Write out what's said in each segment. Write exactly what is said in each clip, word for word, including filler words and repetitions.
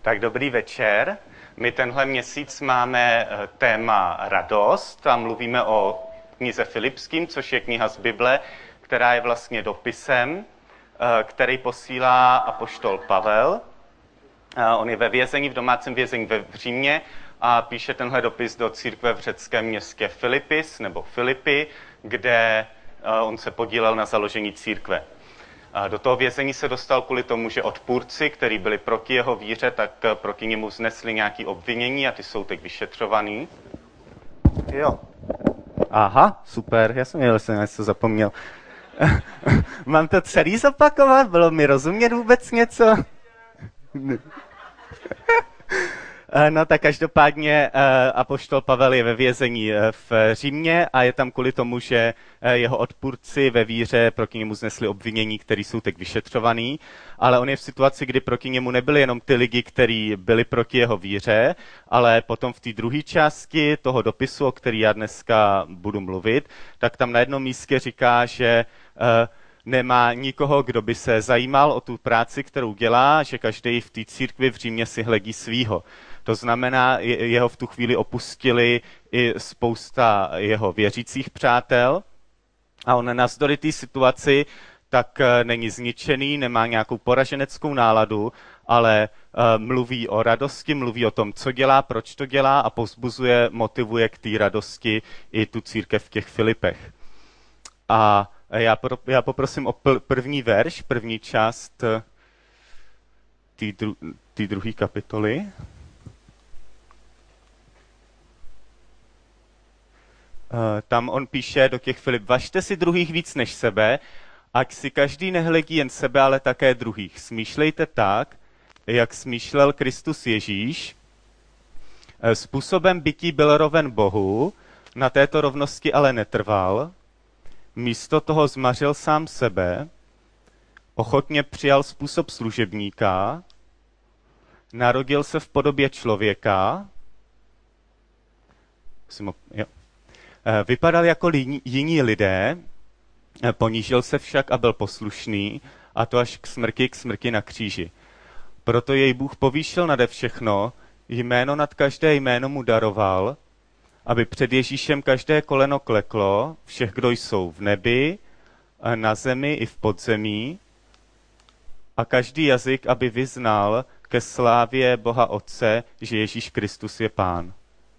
Tak dobrý večer. My tenhle měsíc máme téma radost a mluvíme o knize Filipským, což je kniha z Bible, která je vlastně dopisem, který posílá apoštol Pavel. On je ve vězení, v domácím vězení ve Římě a píše tenhle dopis do církve v řeckém městě Filipis nebo Filipy, kde on se podílel na založení církve. Do toho vězení se dostal kvůli tomu, že odpůrci, kteří byli proti jeho víře, tak proti němu vznesli nějaké obvinění a ty jsou teď vyšetřovaný. Jo. Aha, super, já jsem měl, jsem něco zapomněl. Mám to celý zopakovat? Bylo mi rozumět vůbec něco? No tak každopádně apoštol Pavel je ve vězení v Římě a je tam kvůli tomu, že jeho odpůrci ve víře proti němu znesli obvinění, které jsou teď vyšetřovaný, ale on je v situaci, kdy proti němu nebyli jenom ty lidi, kteří byli proti jeho víře, ale potom v té druhé části toho dopisu, o který já dneska budu mluvit, tak tam na jednom místě říká, že nemá nikoho, kdo by se zajímal o tu práci, kterou dělá, že každý v té církvi v Římě si hledí svýho. To znamená, jeho v tu chvíli opustili i spousta jeho věřících přátel a on navzdory té situaci tak není zničený, nemá nějakou poraženeckou náladu, ale uh, mluví o radosti, mluví o tom, co dělá, proč to dělá a povzbuzuje, motivuje k té radosti i tu církev v těch Filipech. A já, pro, já poprosím o pl, první verš, první část té dru, druhé kapitoly. Tam on píše do těch Filip, važte si druhých víc než sebe, ať si každý nehledí jen sebe, ale také druhých. Smýšlejte tak, jak smýšlel Kristus Ježíš. Způsobem bytí byl roven Bohu, na této rovnosti ale netrval. Místo toho zmařil sám sebe, ochotně přijal způsob služebníka, narodil se v podobě člověka, jo. Vypadal jako jiní lidé, ponížil se však a byl poslušný, a to až k smrti, k smrti na kříži. Proto jej Bůh povýšil nade všechno, jméno nad každé jméno mu daroval, aby před Ježíšem každé koleno kleklo, všech, kdo jsou v nebi, na zemi i v podzemí, a každý jazyk, aby vyznal ke slávě Boha Otce, že Ježíš Kristus je Pán.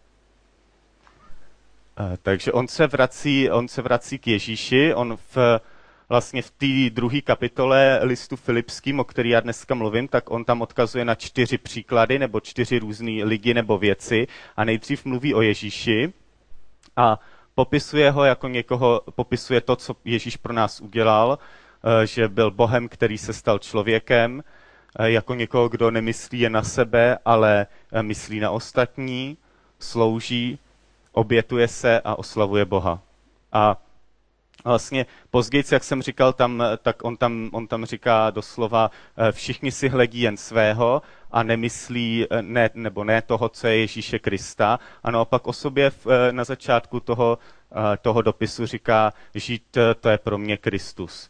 Takže on se vrací, on se vrací k Ježíši, on v, vlastně v té druhé kapitole listu Filipským, o který já dneska mluvím, tak on tam odkazuje na čtyři příklady nebo čtyři různé lidi nebo věci a nejdřív mluví o Ježíši a popisuje ho jako někoho, popisuje to, co Ježíš pro nás udělal, že byl Bohem, který se stal člověkem, jako někoho, kdo nemyslí jen na sebe, ale myslí na ostatní, slouží, obětuje se a oslavuje Boha. A vlastně později, jak jsem říkal, tam, tak on tam, on tam říká doslova, všichni si hledí jen svého a nemyslí ne, nebo ne toho, co je Ježíše Krista. A naopak o sobě v, na začátku toho, toho dopisu říká, žít to je pro mě Kristus.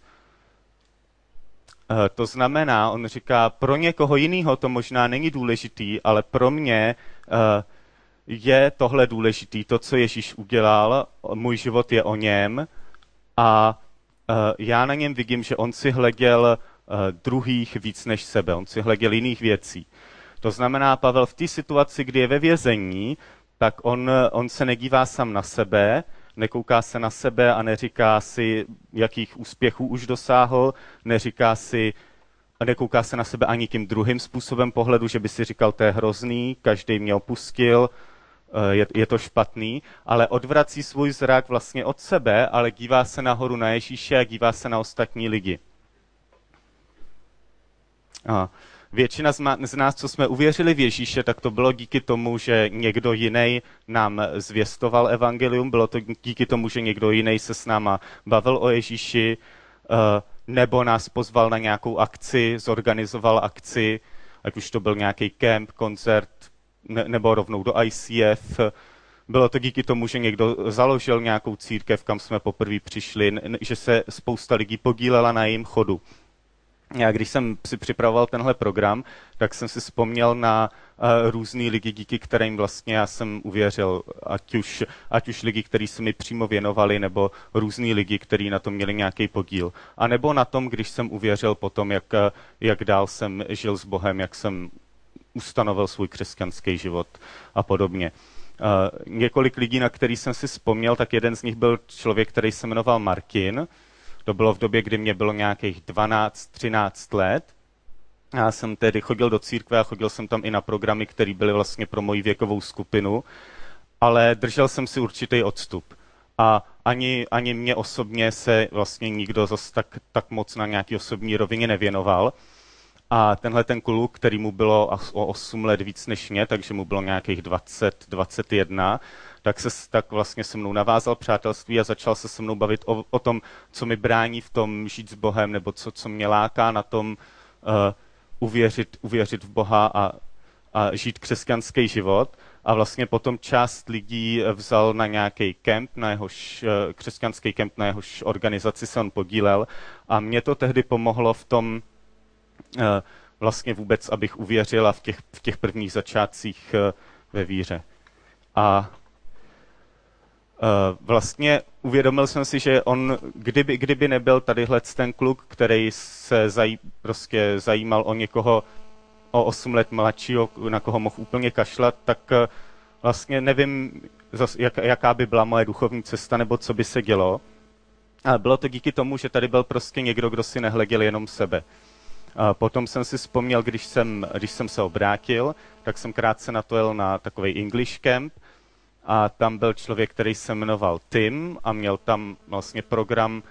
To znamená, on říká, pro někoho jiného to možná není důležitý, ale pro mě je tohle důležitý, to, co Ježíš udělal, můj život je o něm a uh, já na něm vidím, že on si hleděl uh, druhých víc než sebe, on si hleděl jiných věcí. To znamená, Pavel v té situaci, kdy je ve vězení, tak on, on se nedívá sám na sebe, nekouká se na sebe a neříká si, jakých úspěchů už dosáhl, neříká si, nekouká se na sebe ani tím druhým způsobem pohledu, že by si říkal, to je hrozný, každý mě opustil, je, je to špatný, ale odvrací svůj zrak vlastně od sebe, ale dívá se nahoru na Ježíše a dívá se na ostatní lidi. A většina z, ma, z nás, co jsme uvěřili v Ježíše, tak to bylo díky tomu, že někdo jiný nám zvěstoval evangelium, bylo to díky tomu, že někdo jiný se s náma bavil o Ježíši, nebo nás pozval na nějakou akci, zorganizoval akci, ať už to byl nějaký kemp, koncert, ne, nebo rovnou do I C F. Bylo to díky tomu, že někdo založil nějakou církev, kam jsme poprvé přišli, že se spousta lidí podílela na jejím chodu. Já když jsem si připravoval tenhle program, tak jsem si vzpomněl na uh, různý lidi, díky kterým vlastně já jsem uvěřil, ať už, ať už lidi, kteří se mi přímo věnovali, nebo různý lidi, kteří na tom měli nějaký podíl. A nebo na tom, když jsem uvěřil potom, jak, jak dál jsem žil s Bohem, jak jsem ustanovil svůj křesťanský život a podobně. Uh, několik lidí, na který jsem si vzpomněl, tak jeden z nich byl člověk, který se jmenoval Martin. To bylo v době, kdy mě bylo nějakých dvanáct třináct let. Já jsem tedy chodil do církve a chodil jsem tam i na programy, které byly vlastně pro moji věkovou skupinu, ale držel jsem si určitý odstup. A ani, ani mě osobně se vlastně nikdo zase tak, tak moc na nějaký osobní rovině nevěnoval. A tenhle ten kluk, který mu bylo o osm let víc než mě, takže mu bylo nějakých dvacet dvacet jedna, tak se tak vlastně se mnou navázal přátelství a začal se se mnou bavit o, o tom, co mi brání v tom žít s Bohem, nebo co, co mě láká na tom uh, uvěřit, uvěřit v Boha a, a žít křesťanský život. A vlastně potom část lidí vzal na nějaký kemp, na jehož, uh, křesťanský kemp, na jehož organizaci se on podílel. A mě to tehdy pomohlo v tom, uh, vlastně vůbec, abych uvěřil a v těch, v těch prvních začátcích uh, ve víře. A Uh, vlastně uvědomil jsem si, že on, kdyby, kdyby nebyl tadyhle ten kluk, který se zaj, prostě zajímal o někoho o osm let mladšího, na koho mohl úplně kašlat, tak uh, vlastně nevím, jak, jaká by byla moje duchovní cesta, nebo co by se dělo. Ale bylo to díky tomu, že tady byl prostě někdo, kdo si nehleděl jenom sebe. Uh, potom jsem si vzpomněl, když jsem, když jsem se obrátil, tak jsem krátce na to jel na takový English camp, a tam byl člověk, který se jmenoval Tim a měl tam vlastně program,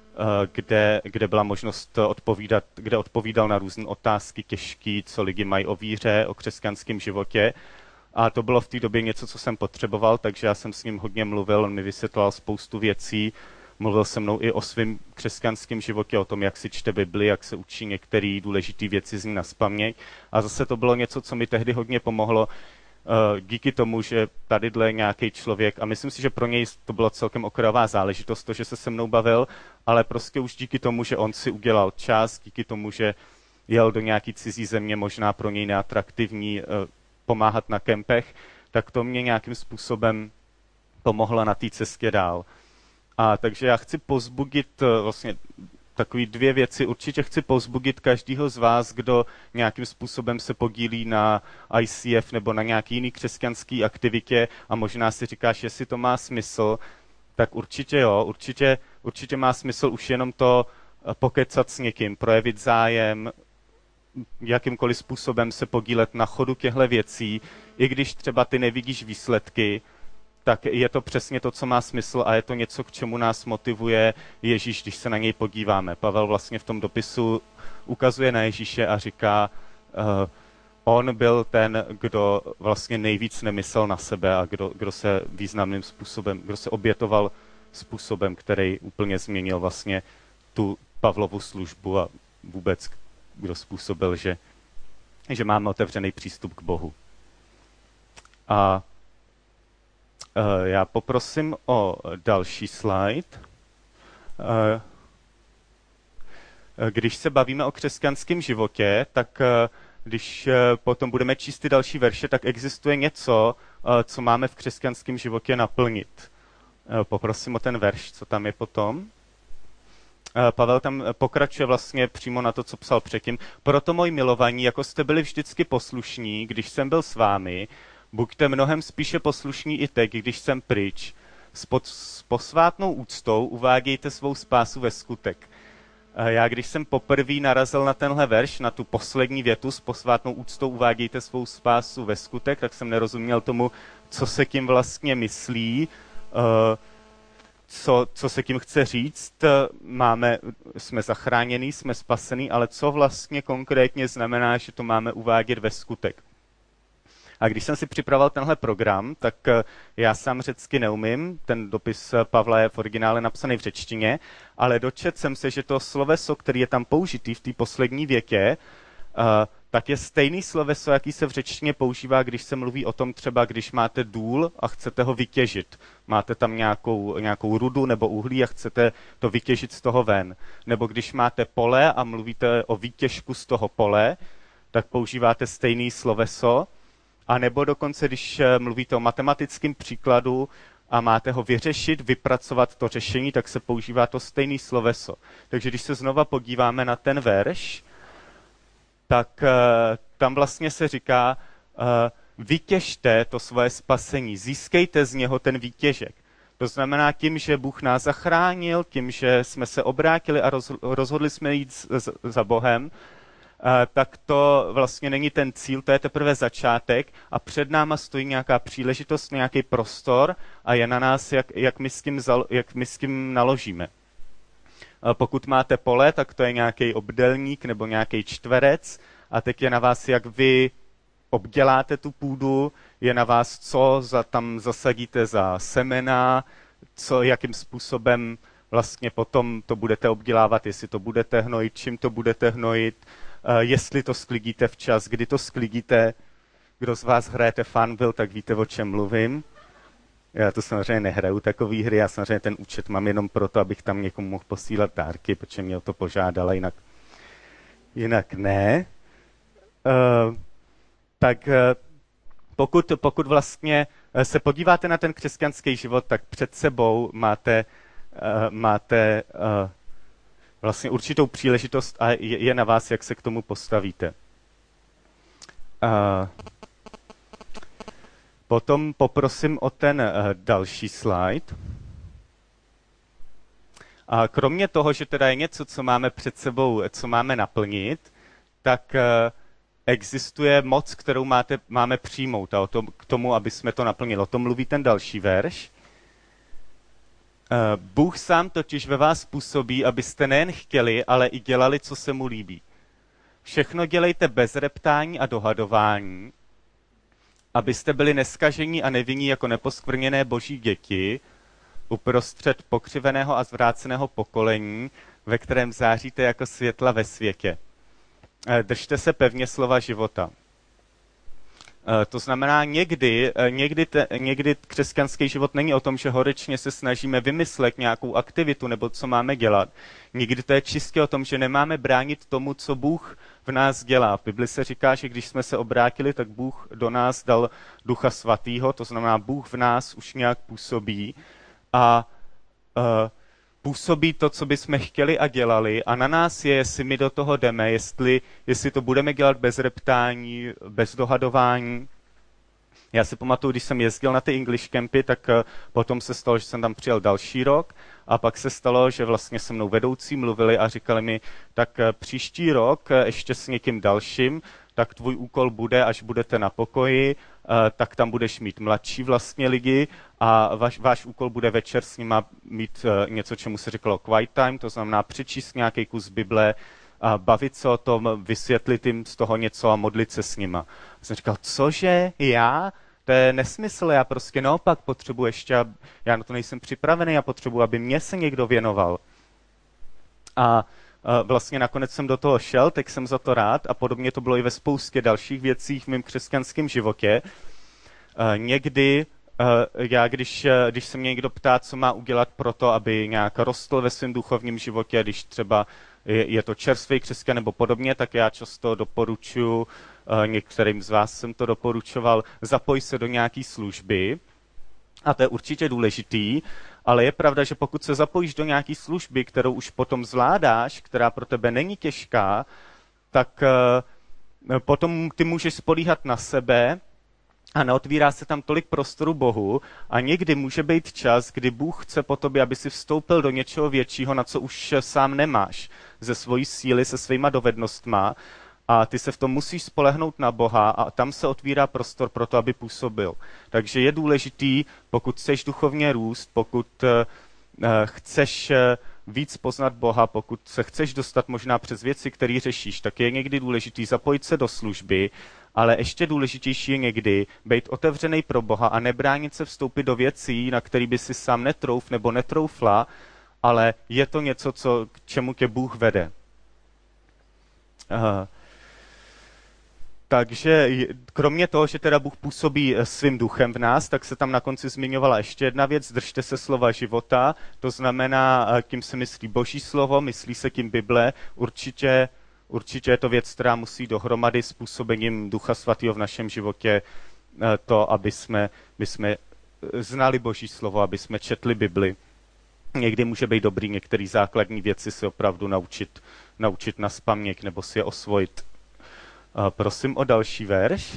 kde, kde byla možnost odpovídat, kde odpovídal na různé otázky těžké, co lidi mají o víře, o křesťanském životě. A to bylo v té době něco, co jsem potřeboval, takže já jsem s ním hodně mluvil, on mi vysvětloval spoustu věcí, mluvil se mnou i o svém křesťanském životě, o tom, jak si čte Bibli, jak se učí některé důležité věci z ní nazpaměť. A zase to bylo něco, co mi tehdy hodně pomohlo, díky tomu, že tadyhle nějaký člověk, a myslím si, že pro něj to byla celkem okrajová záležitost, to, že se se mnou bavil, ale prostě už díky tomu, že on si udělal čas, díky tomu, že jel do nějaký cizí země, možná pro něj neatraktivní, pomáhat na kempech, tak to mě nějakým způsobem pomohlo na té cestě dál. A takže já chci povzbudit vlastně takový dvě věci. Určitě chci povzbudit každého z vás, kdo nějakým způsobem se podílí na I C F nebo na nějaký jiný křesťanský aktivitě a možná si říkáš, jestli to má smysl, tak určitě jo, určitě, určitě má smysl už jenom to pokecat s někým, projevit zájem, jakýmkoliv způsobem se podílet na chodu těchto věcí, i když třeba ty nevidíš výsledky, tak je to přesně to, co má smysl a je to něco, k čemu nás motivuje Ježíš, když se na něj podíváme. Pavel vlastně v tom dopisu ukazuje na Ježíše a říká, uh, on byl ten, kdo vlastně nejvíc nemyslel na sebe a kdo, kdo se významným způsobem, kdo se obětoval způsobem, který úplně změnil vlastně tu Pavlovu službu a vůbec kdo způsobil, že, že máme otevřený přístup k Bohu. A já poprosím o další slide. Když se bavíme o křesťanském životě, tak když potom budeme číst ty další verše, tak existuje něco, co máme v křesťanském životě naplnit. Poprosím o ten verš, co tam je potom. Pavel tam pokračuje vlastně přímo na to, co psal předtím. Proto, moji milovaní, jako jste byli vždycky poslušní, když jsem byl s vámi, buďte mnohem spíše poslušní i teď, když jsem pryč. S, pod, s posvátnou úctou uvádějte svou spásu ve skutek. Já, když jsem poprvé narazil na tenhle verš, na tu poslední větu, s posvátnou úctou uvádějte svou spásu ve skutek, tak jsem nerozuměl tomu, co se tím vlastně myslí, co, co se tím chce říct. Máme, jsme zachránění, jsme spasení, ale co vlastně konkrétně znamená, že to máme uvádět ve skutek. A když jsem si připravoval tenhle program, tak já sám řecky neumím, ten dopis Pavla je v originále napsaný v řečtině, ale dočetl jsem se, že to sloveso, který je tam použitý v té poslední větě, tak je stejný sloveso, jaký se v řečtině používá, když se mluví o tom třeba, když máte důl a chcete ho vytěžit. Máte tam nějakou, nějakou rudu nebo uhlí a chcete to vytěžit z toho ven. Nebo když máte pole a mluvíte o výtěžku z toho pole, tak používáte stejný sloveso. A nebo dokonce, když mluvíte o matematickém příkladu a máte ho vyřešit, vypracovat to řešení, tak se používá to stejný sloveso. Takže když se znova podíváme na ten verš, tak uh, tam vlastně se říká, uh, vytěžte to svoje spasení, získejte z něho ten výtěžek. To znamená tím, že Bůh nás zachránil, tím, že jsme se obrátili a rozhodli jsme jít za Bohem, tak to vlastně není ten cíl, to je teprve začátek a před náma stojí nějaká příležitost, nějaký prostor a je na nás, jak, jak, my, s tím, jak my s tím naložíme. Pokud máte pole, tak to je nějaký obdelník nebo nějaký čtverec a teď je na vás, jak vy obděláte tu půdu, je na vás, co za, tam zasadíte za semena, co, jakým způsobem vlastně potom to budete obdělávat, jestli to budete hnojit, čím to budete hnojit, Uh, jestli to sklidíte včas, kdy to sklidíte. Kdo z vás hrajete Farmville, tak víte, o čem mluvím. Já to samozřejmě nehraju takový hry, já samozřejmě ten účet mám jenom proto, abych tam někomu mohl posílat dárky, protože mě o to požádala, jinak, jinak ne. Uh, tak uh, pokud, pokud vlastně se podíváte na ten křesťanský život, tak před sebou máte, uh, máte uh, vlastně určitou příležitost a je, je na vás, jak se k tomu postavíte. Uh, potom poprosím o ten uh, další slide. A kromě toho, že teda je něco, co máme před sebou, co máme naplnit, tak uh, existuje moc, kterou máte, máme přijmout a o tom, k tomu, aby jsme to naplnili. O tom mluví ten další verš. Bůh sám totiž ve vás působí, abyste nejen chtěli, ale i dělali, co se mu líbí. Všechno dělejte bez reptání a dohadování, abyste byli neskažení a nevinní jako neposkvrněné boží děti uprostřed pokřiveného a zvráceného pokolení, ve kterém záříte jako světla ve světě. Držte se pevně slova života. To znamená, někdy, někdy, te, někdy křesťanský život není o tom, že horečně se snažíme vymyslet nějakou aktivitu nebo co máme dělat. Někdy to je čistě o tom, že nemáme bránit tomu, co Bůh v nás dělá. V Bibli se říká, že když jsme se obrátili, tak Bůh do nás dal Ducha Svatýho, to znamená, Bůh v nás už nějak působí a uh, působí to, co bychom chtěli a dělali a na nás je, jestli my do toho jdeme, jestli, jestli to budeme dělat bez reptání, bez dohadování. Já si pamatuju, když jsem jezdil na ty English campy, tak potom se stalo, že jsem tam přijel další rok a pak se stalo, že vlastně se mnou vedoucí mluvili a říkali mi, tak příští rok ještě s někým dalším, tak tvůj úkol bude, až budete na pokoji, tak tam budeš mít mladší vlastně lidi a váš, váš úkol bude večer s nima mít něco, čemu se říkalo quiet time, to znamená přečíst nějaký kus Bible, a bavit se o tom, vysvětlit jim z toho něco a modlit se s nima. A jsem říkal, cože, já? To je nesmysl, já prostě naopak potřebuji ještě, já na to nejsem připravený, já potřebuji, aby mě se někdo věnoval. A vlastně nakonec jsem do toho šel, tak jsem za to rád a podobně to bylo i ve spoustě dalších věcí v mém křesťanském životě. Někdy, já když, když se mě někdo ptá, co má udělat pro to, aby nějak rostl ve svém duchovním životě, když třeba je, je to čerstvý křesťan nebo podobně, tak já často doporučuji, některým z vás jsem to doporučoval, zapoj se do nějaký služby a to je určitě důležitý, ale je pravda, že pokud se zapojíš do nějaké služby, kterou už potom zvládáš, která pro tebe není těžká, tak uh, potom ty můžeš spolíhat na sebe a neotvírá se tam tolik prostoru Bohu a někdy může být čas, kdy Bůh chce po tobě, aby si vstoupil do něčeho většího, na co už sám nemáš, ze svojí síly, se svýma dovednostma a ty se v tom musíš spolehnout na Boha a tam se otvírá prostor pro to, aby působil. Takže je důležitý, pokud chceš duchovně růst, pokud uh, chceš uh, víc poznat Boha, pokud se chceš dostat možná přes věci, které řešíš, tak je někdy důležitý zapojit se do služby, ale ještě důležitější je někdy být otevřený pro Boha a nebránit se vstoupit do věcí, na který by si sám netrouf nebo netroufla, ale je to něco, co, k čemu tě Bůh vede. Uh, takže kromě toho, že teda Bůh působí svým duchem v nás, tak se tam na konci zmiňovala ještě jedna věc, držte se slova života, to znamená, tím se myslí Boží slovo, myslí se tím Bible, určitě, určitě je to věc, která musí dohromady s působením Ducha Svatého v našem životě to, aby jsme, aby jsme znali Boží slovo, aby jsme četli Bibli. Někdy může být dobrý některé základní věci si opravdu naučit, naučit nazpaměť nebo si je osvojit. Prosím o další verš.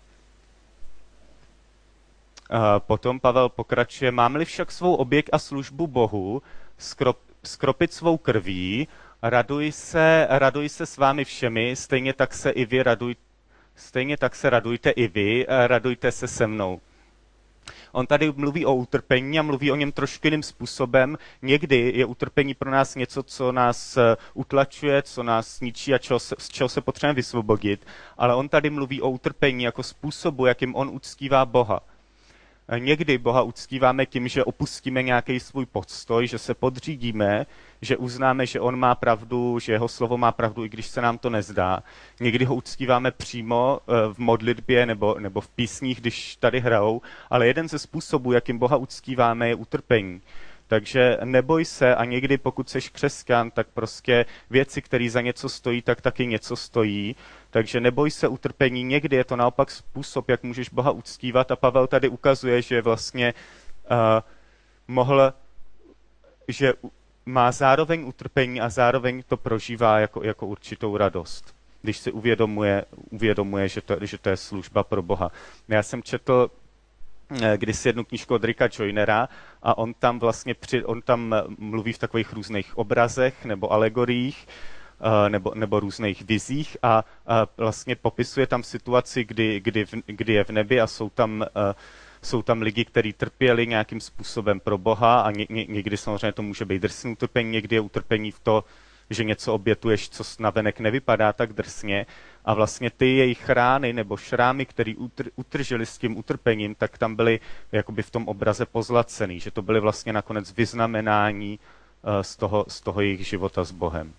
Potom Pavel pokračuje. Mám-li však svou oběť a službu Bohu skrop, skropit svou krví, raduj se, raduj se s vámi všemi, stejně tak se i vy raduj, stejně tak se radujte i vy, radujte se se mnou. On tady mluví o utrpení a mluví o něm trošku jiným způsobem. Někdy je utrpení pro nás něco, co nás utlačuje, co nás ničí a čeho se, z čeho se potřebujeme vysvobodit. Ale on tady mluví o utrpení jako způsobu, jakým on uctívá Boha. Někdy Boha uctíváme tím, že opustíme nějaký svůj postoj, že se podřídíme, že uznáme, že on má pravdu, že jeho slovo má pravdu, i když se nám to nezdá. Někdy ho uctíváme přímo v modlitbě nebo, nebo v písních, když tady hrajou, ale jeden ze způsobů, jakým Boha uctíváme, je utrpení. Takže neboj se a někdy, pokud seš křesťan, tak prostě věci, které za něco stojí, tak taky něco stojí. Takže neboj se utrpení, někdy je to naopak způsob, jak můžeš Boha uctívat a Pavel tady ukazuje, že vlastně uh, mohl, že má zároveň utrpení a zároveň to prožívá jako, jako určitou radost, když si uvědomuje, uvědomuje že, to, že to je služba pro Boha. Já jsem četl kdysi jednu knížku od Ricka Joynera a on tam vlastně při, on tam mluví v takových různých obrazech nebo alegoriích nebo, nebo různých vizích a, a vlastně popisuje tam situaci, kdy, kdy, v, kdy je v nebi a jsou tam, jsou tam lidi, kteří trpěli nějakým způsobem pro Boha a ně, ně, někdy samozřejmě to může být drsné utrpení, někdy je utrpení v to, že něco obětuješ, co navenek nevypadá tak drsně a vlastně ty jejich rány nebo šrámy, které utr- utržili s tím utrpením, tak tam byly jakoby v tom obraze pozlacený, že to byly vlastně nakonec vyznamenání uh, z toho, z toho jejich života s Bohem.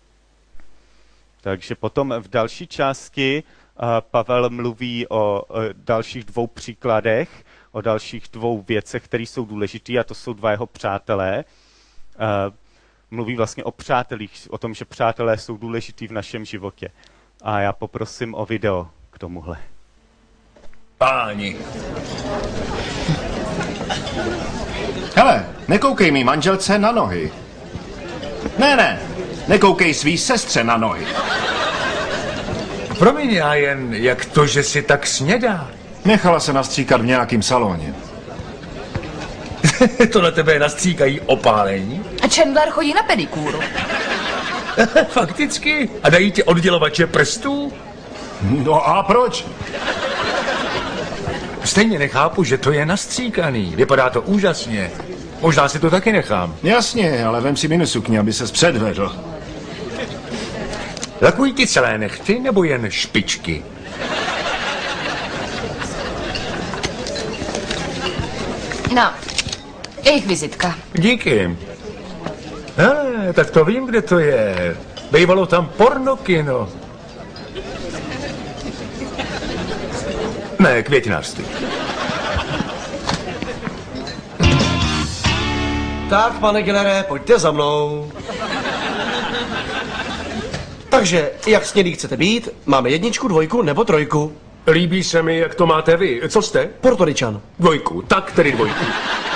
Takže potom v další části uh, Pavel mluví o uh, dalších dvou příkladech, o dalších dvou věcech, které jsou důležité a to jsou dva jeho přátelé. Uh, mluví vlastně o přátelích, o tom, že přátelé jsou důležitý v našem životě. A já poprosím o video k tomuhle. Páni. Hele, nekoukej mý manželce na nohy. Ne, ne, nekoukej svý sestře na nohy. Promiň, já jen, jak to, že si tak snědá? Nechala se nastříkat v nějakým salóně. To na tebe nastříkají opálení? A Chandler chodí na pedikúru. Fakticky? A dají ti oddělovače prstů? No a proč? Stejně nechápu, že to je nastříkaný. Vypadá to úžasně. Možná si to taky nechám. Jasně, ale vem si minisukni, aby ses předvedl. Lakují ti celé nechty nebo jen špičky? No, jejich vizitka. Díky. Hele, tak to vím, kde to je. Bývalo tam pornokino. Ne, květinářství. Tak, pane Gellere, pojďte za mnou. Takže, jak snědý chcete být? Máme jedničku, dvojku nebo trojku? Líbí se mi, jak to máte vy. Co jste? Portoričan. Dvojku, tak tedy dvojku.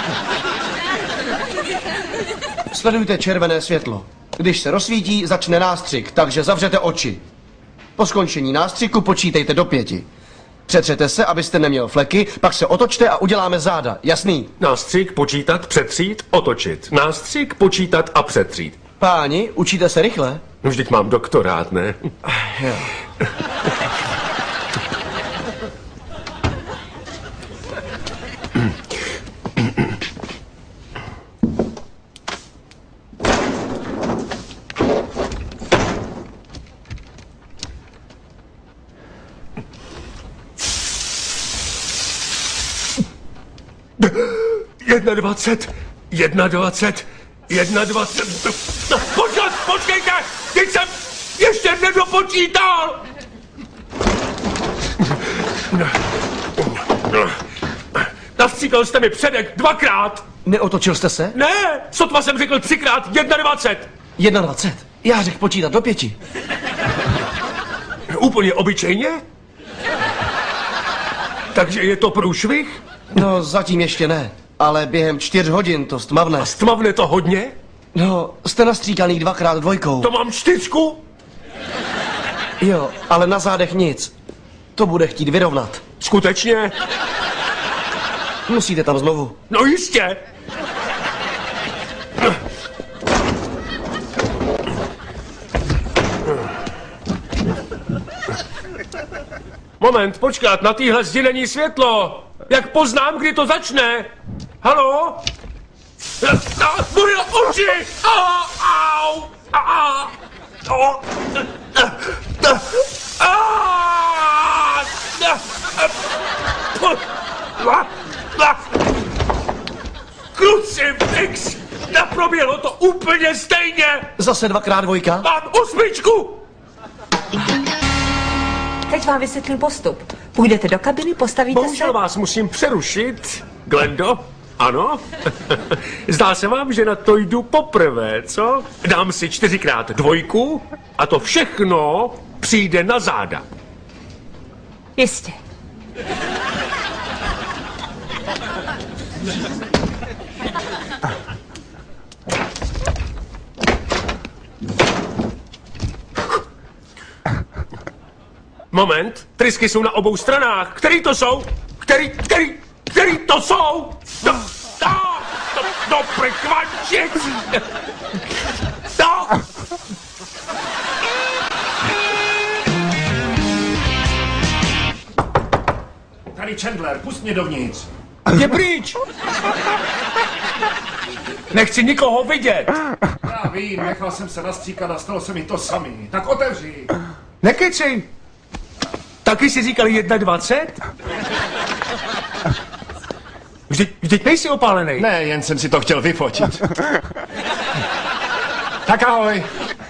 Sledujte červené světlo. Když se rozsvítí, začne nástřik, takže zavřete oči. Po skončení nástřiku počítejte do pěti. Přetřete se, abyste neměl fleky, pak se otočte a uděláme záda. Jasný? Nástřik, počítat, přetřít, otočit. Nástřik, počítat a přetřít. Páni, učíte se rychle? No vždyť mám doktorát, ne? Jo. Jedna dvacet, jedna dvacet, jedna dvacet. No, počkat, počkejte! Teď jsem ještě nedopočítal! Navstříkal jste mi předek dvakrát. Neotočil jste se? Ne, sotva jsem řekl třikrát dvacet jedna. dvacet jedna. Já řekl počítat do pěti. Úplně obyčejně? Takže je to průšvih? No, zatím ještě ne. Ale během čtyř hodin to stmavne. A stmavne to hodně? No, jste nastříkaný dvakrát dvojkou. To mám čtyřku? Jo, ale na zádech nic. To bude chtít vyrovnat. Skutečně? Musíte tam znovu. No jistě. Moment, počkat, na téhle zdi není světlo. Jak poznám, kdy to začne? Halo? Moje oči! Au! Au! Au! Au! Krucifix! Naproběhlo to úplně stejně! Zase dvakrát dvojka? Mám osmičku! Teď vám vysvětlím postup. Půjdete do kabiny, postavíte Bohužel se... vás musím přerušit. Glendo? Ano? Zdá se vám, že na to jdu poprvé, co? Dám si čtyřikrát dvojku a to všechno přijde na záda. Jistě. Moment, trysky jsou na obou stranách. Který to jsou? Který, který, který to jsou? Do, do, do, do prekvančic! Do! Tady Chandler, pust mě dovnitř. Jdi pryč! Nechci nikoho vidět! Já vím, nechal jsem se nastříkat a stalo se mi to samý. Tak otevři. Nekecej! Taky si říkali dvacet jedna? Vždyť, vždyť nejsi opálený. Ne, jen jsem si to chtěl vyfotit. Tak ahoj.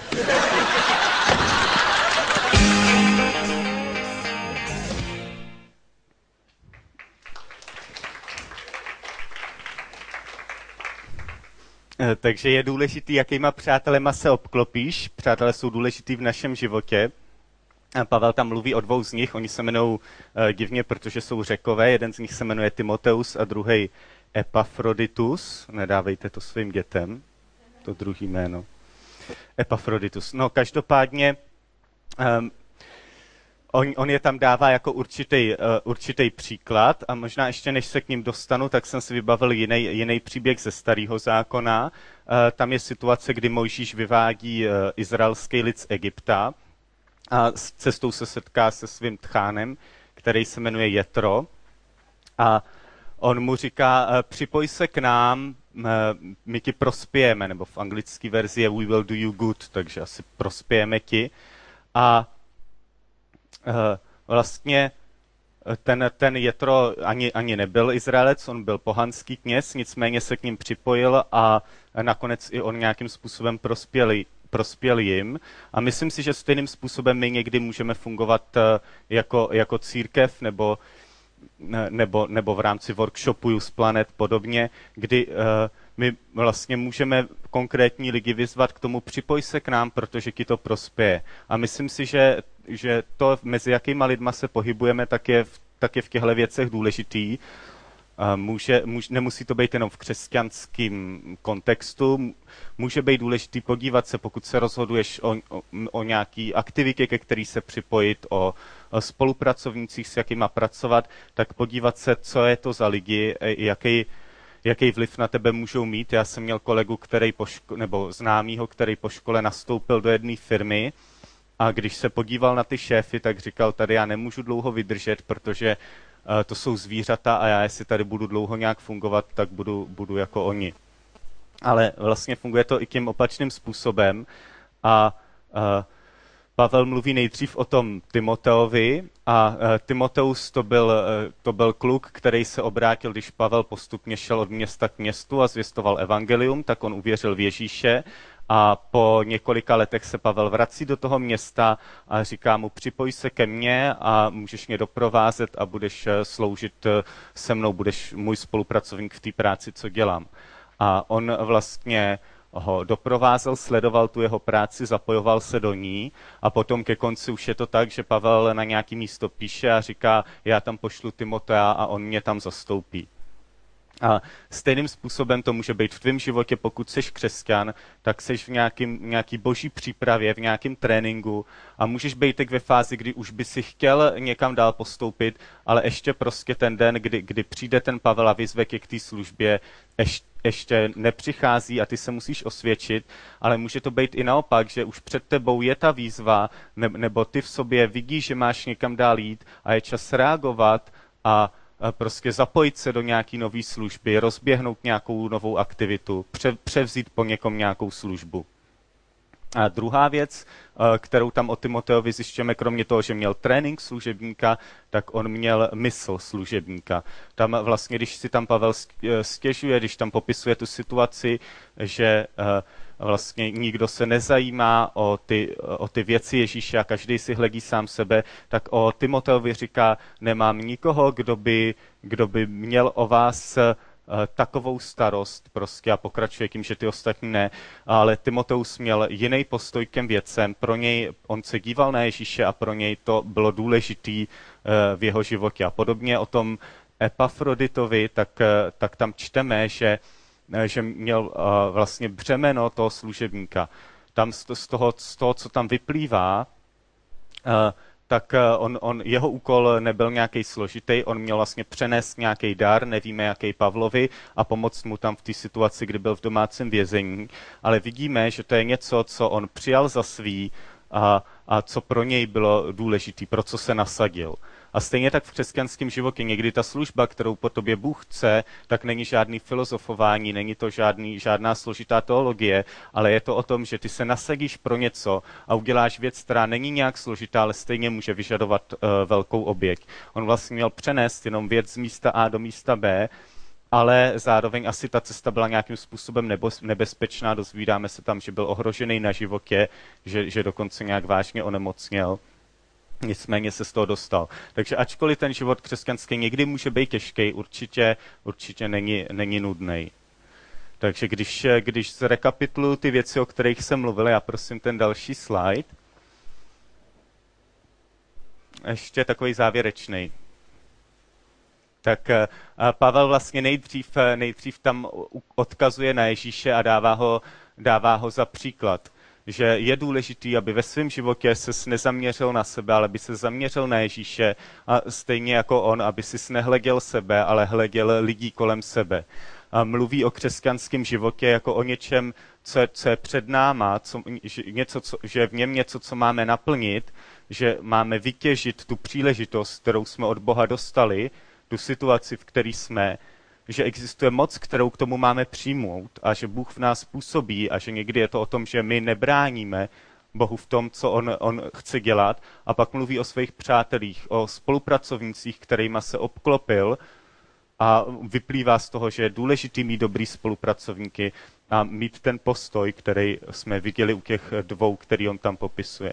Takže je důležitý, jakýma přátelema se obklopíš. Přátelé jsou důležitý v našem životě. Pavel tam mluví o dvou z nich, oni se jmenují uh, divně, protože jsou Řekové, jeden z nich se jmenuje Timoteus a druhý Epafroditus, nedávejte to svým dětem, to druhý jméno, Epafroditus. No každopádně um, on, on je tam dává jako určitý, uh, určitý příklad a možná ještě než se k ním dostanu, tak jsem si vybavil jiný, jiný příběh ze Starého zákona. Uh, tam je situace, kdy Mojžíš vyvádí uh, izraelský lid z Egypta, a s cestou se setká se svým tchánem, který se jmenuje Jetro. A on mu říká, připoj se k nám, my ti prospějeme, nebo v anglické verzi je we will do you good, takže asi prospějeme ti. A vlastně ten, ten Jetro ani, ani nebyl Izraelec, on byl pohanský kněz, nicméně se k ním připojil a nakonec i on nějakým způsobem prospěl prospěl jim a myslím si, že stejným způsobem my někdy můžeme fungovat jako, jako církev nebo, nebo, nebo v rámci workshopu Youth Planet podobně, kdy uh, my vlastně můžeme konkrétní lidi vyzvat k tomu, připoj se k nám, protože ti to prospěje. A myslím si, že, že to, mezi jakýma lidma se pohybujeme, tak je v, tak je v těchto věcech důležitý. Může, může, nemusí to být jenom v křesťanském kontextu, může být důležitý podívat se, pokud se rozhoduješ o, o, o nějaký aktivitě, ke který se připojit, o, o spolupracovnících, s jakýma pracovat, tak podívat se, co je to za lidi, jaký, jaký vliv na tebe můžou mít. Já jsem měl kolegu, který po ško- nebo známýho, který po škole nastoupil do jedné firmy a když se podíval na ty šéfy, tak říkal, tady já nemůžu dlouho vydržet, protože to jsou zvířata a já, jestli tady budu dlouho nějak fungovat, tak budu, budu jako oni. Ale vlastně funguje to i tím opačným způsobem a, a Pavel mluví nejdřív o tom Timoteovi a, a Timoteus to byl, to byl kluk, který se obrátil, když Pavel postupně šel od města k městu a zvěstoval evangelium, tak on uvěřil v Ježíše A po několika letech se Pavel vrací do toho města a říká mu, připoj se ke mně a můžeš mě doprovázet a budeš sloužit se mnou, budeš můj spolupracovník v té práci, co dělám. A on vlastně ho doprovázel, sledoval tu jeho práci, zapojoval se do ní a potom ke konci už je to tak, že Pavel na nějaký místo píše a říká, já tam pošlu Timotea a on mě tam zastoupí. A stejným způsobem to může být v tvém životě, pokud jsi křesťan, tak jsi v nějakým, nějaký boží přípravě, v nějakém tréninku a můžeš být tak ve fázi, kdy už by si chtěl někam dál postoupit, ale ještě prostě ten den, kdy, kdy přijde ten Pavel a vyzve k té službě, ještě ještě nepřichází a ty se musíš osvědčit, ale může to být i naopak, že už před tebou je ta výzva, ne, nebo ty v sobě vidíš, že máš někam dál jít a je čas reagovat a, a prostě zapojit se do nějaký nové služby, rozběhnout nějakou novou aktivitu, pře, převzít po někom nějakou službu. A druhá věc, kterou tam o Timoteovi zjišťujeme, kromě toho, že měl trénink služebníka, tak on měl mysl služebníka. Tam vlastně, když si tam Pavel stěžuje, když tam popisuje tu situaci, že vlastně nikdo se nezajímá o ty, o ty věci Ježíše a každý si hledí sám sebe, tak o Timoteovi říká, nemám nikoho, kdo by, kdo by měl o vás takovou starost prostě a pokračuje tím, že ty ostatní ne, ale Timoteus měl jiný postoj k těm věcem, pro něj, on se díval na Ježíše a pro něj to bylo důležitý v jeho životě. A podobně o tom Epafroditovi, tak, tak tam čteme, že, že měl vlastně břemeno toho služebníka. Tam z toho, z toho co tam vyplývá, tak on, on, jeho úkol nebyl nějaký složitý, on měl vlastně přenést nějaký dar, nevíme jaký Pavlovi, a pomoct mu tam v té situaci, kdy byl v domácím vězení, ale vidíme, že to je něco, co on přijal za svý a, a co pro něj bylo důležitý, pro co se nasadil. A stejně tak v křesťanském životě někdy ta služba, kterou po tobě Bůh chce, tak není žádný filozofování, není to žádný, žádná složitá teologie, ale je to o tom, že ty se nasadíš pro něco a uděláš věc, která není nějak složitá, ale stejně může vyžadovat uh, velkou oběť. On vlastně měl přenést jenom věc z místa A do místa B, ale zároveň asi ta cesta byla nějakým způsobem nebezpečná. Dozvídáme se tam, že byl ohrožený na životě, že, že dokonce nějak vážně onemocněl. Nicméně se z toho dostal. Takže ačkoliv ten život křesťanský někdy může být těžký, určitě, určitě není, není nudný. Takže když, když zrekapituluji ty věci, o kterých jsem mluvil, já prosím ten další slide. Ještě takový závěrečný. Tak Pavel vlastně nejdřív, nejdřív tam odkazuje na Ježíše a dává ho, dává ho za příklad. Že je důležitý, aby ve svém životě ses nezaměřil na sebe, ale aby se zaměřil na Ježíše a stejně jako on, aby si nehleděl sebe, ale hleděl lidí kolem sebe. A mluví o křesťanském životě jako o něčem, co je, co je před náma, co, že, něco, co, že je v něm něco, co máme naplnit, že máme vytěžit tu příležitost, kterou jsme od Boha dostali, tu situaci, v které jsme, že existuje moc, kterou k tomu máme přijmout a že Bůh v nás působí a že někdy je to o tom, že my nebráníme Bohu v tom, co on, on chce dělat, a pak mluví o svých přátelích, o spolupracovnících, kterýma se obklopil, a vyplývá z toho, že je důležitý mít dobrý spolupracovníky a mít ten postoj, který jsme viděli u těch dvou, který on tam popisuje.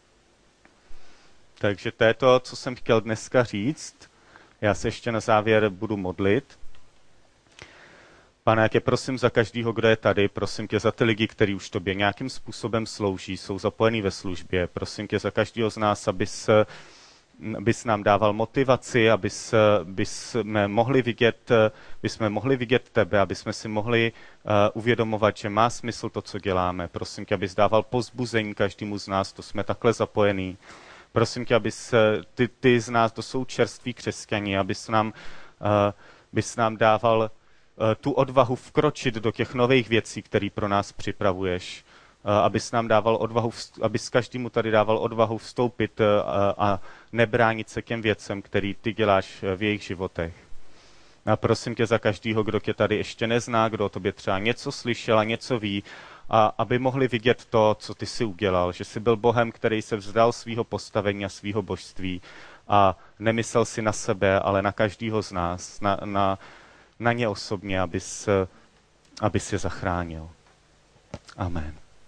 Takže to je to, co jsem chtěl dneska říct. Já se ještě na závěr budu modlit. Pane, já tě prosím za každýho, kdo je tady, prosím tě za ty lidi, kteří už tobě nějakým způsobem slouží, jsou zapojení ve službě. Prosím tě za každýho z nás, abys, abys nám dával motivaci, abys, abys jsme mohli vidět, jsme mohli vidět tebe, aby jsme si mohli uh, uvědomovat, že má smysl to, co děláme. Prosím tě, abys dával povzbuzení každému z nás, to jsme takhle zapojení. Prosím tě, abys ty, ty z nás, to jsou čerství křesťané, abys nám, uh, abys nám dával tu odvahu vkročit do těch nových věcí, které pro nás připravuješ, abys nám dával odvahu, abys každému tady dával odvahu vstoupit a nebránit se těm věcem, který ty děláš v jejich životech. A prosím tě za každýho, kdo tě tady ještě nezná, kdo o tobě třeba něco slyšel a něco ví, a aby mohli vidět to, co ty jsi udělal, že jsi byl Bohem, který se vzdal svého postavení a svého božství a nemyslel si na sebe, ale na každýho z nás, na, na na ně osobně, abys, abys je zachránil. Amen.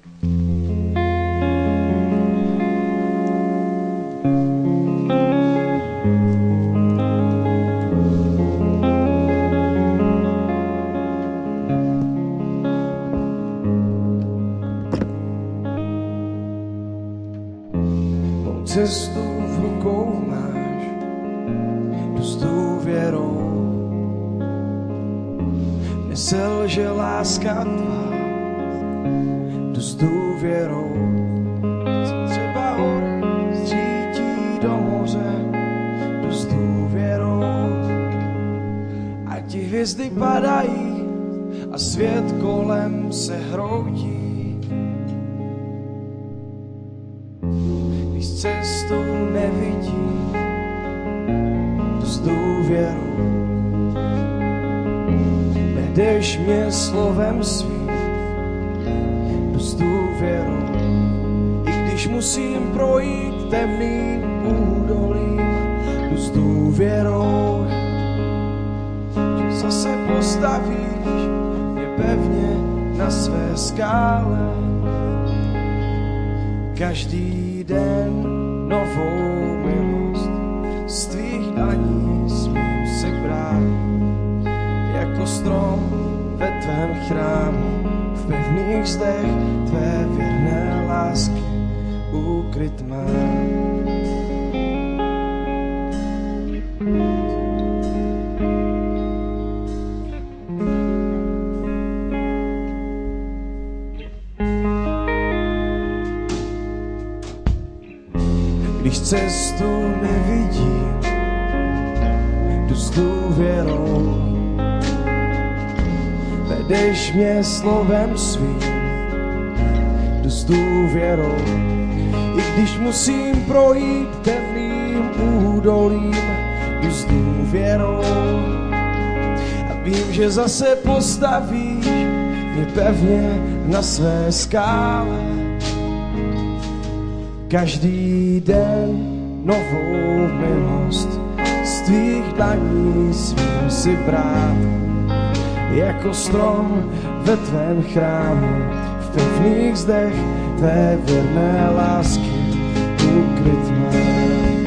Cestu v rukou máš, tu s důvěrou. Neselže láska tvá, tu s důvěrou. Co třeba hory zřítí do moře, tu s důvěrou. A ti hvězdy padají a svět kolem se hroutí. Cestu nevidím, tu s důvěrou. Vedeš mě slovem svým, tu s důvěrou. I když musím projít temným údolím, tu s důvěrou. Že zase postavíš mě pevně na své skále. Každý den novou milost z tvých dlaní smím si brát. Jako strom ve tvém chrámu, v pevných zdech tvé věrné lásky ukryt mám. Když cestu nevidím, jdu s důvěrou. Vedeš mě slovem svým, jdu s důvěrou. I když musím projít temným údolím, jdu s důvěrou. A vím, že zase postavíš mě pevně na své skále. Každý den novou milost z tvých dlaní smím si brát. Jako strom ve tvém chrámu, v pevných zdech tvé věrné lásky ukryt mám.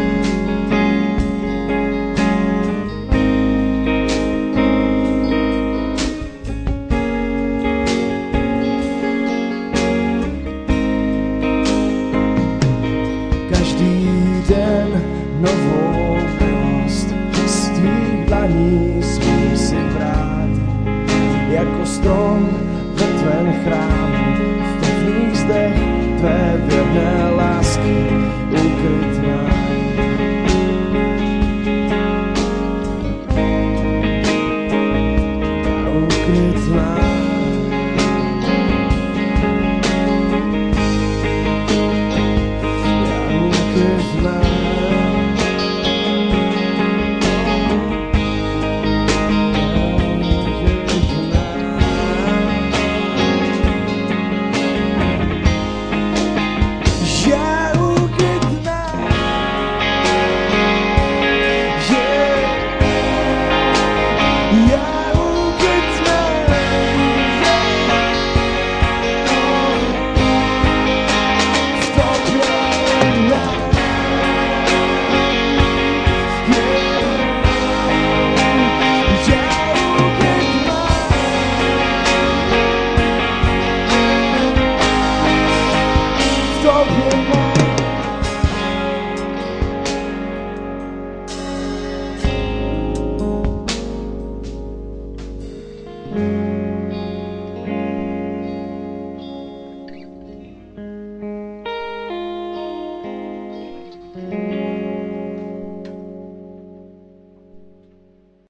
Novou milost z tvých dlaní smím si brát. Jako strom ve tvém chrámu,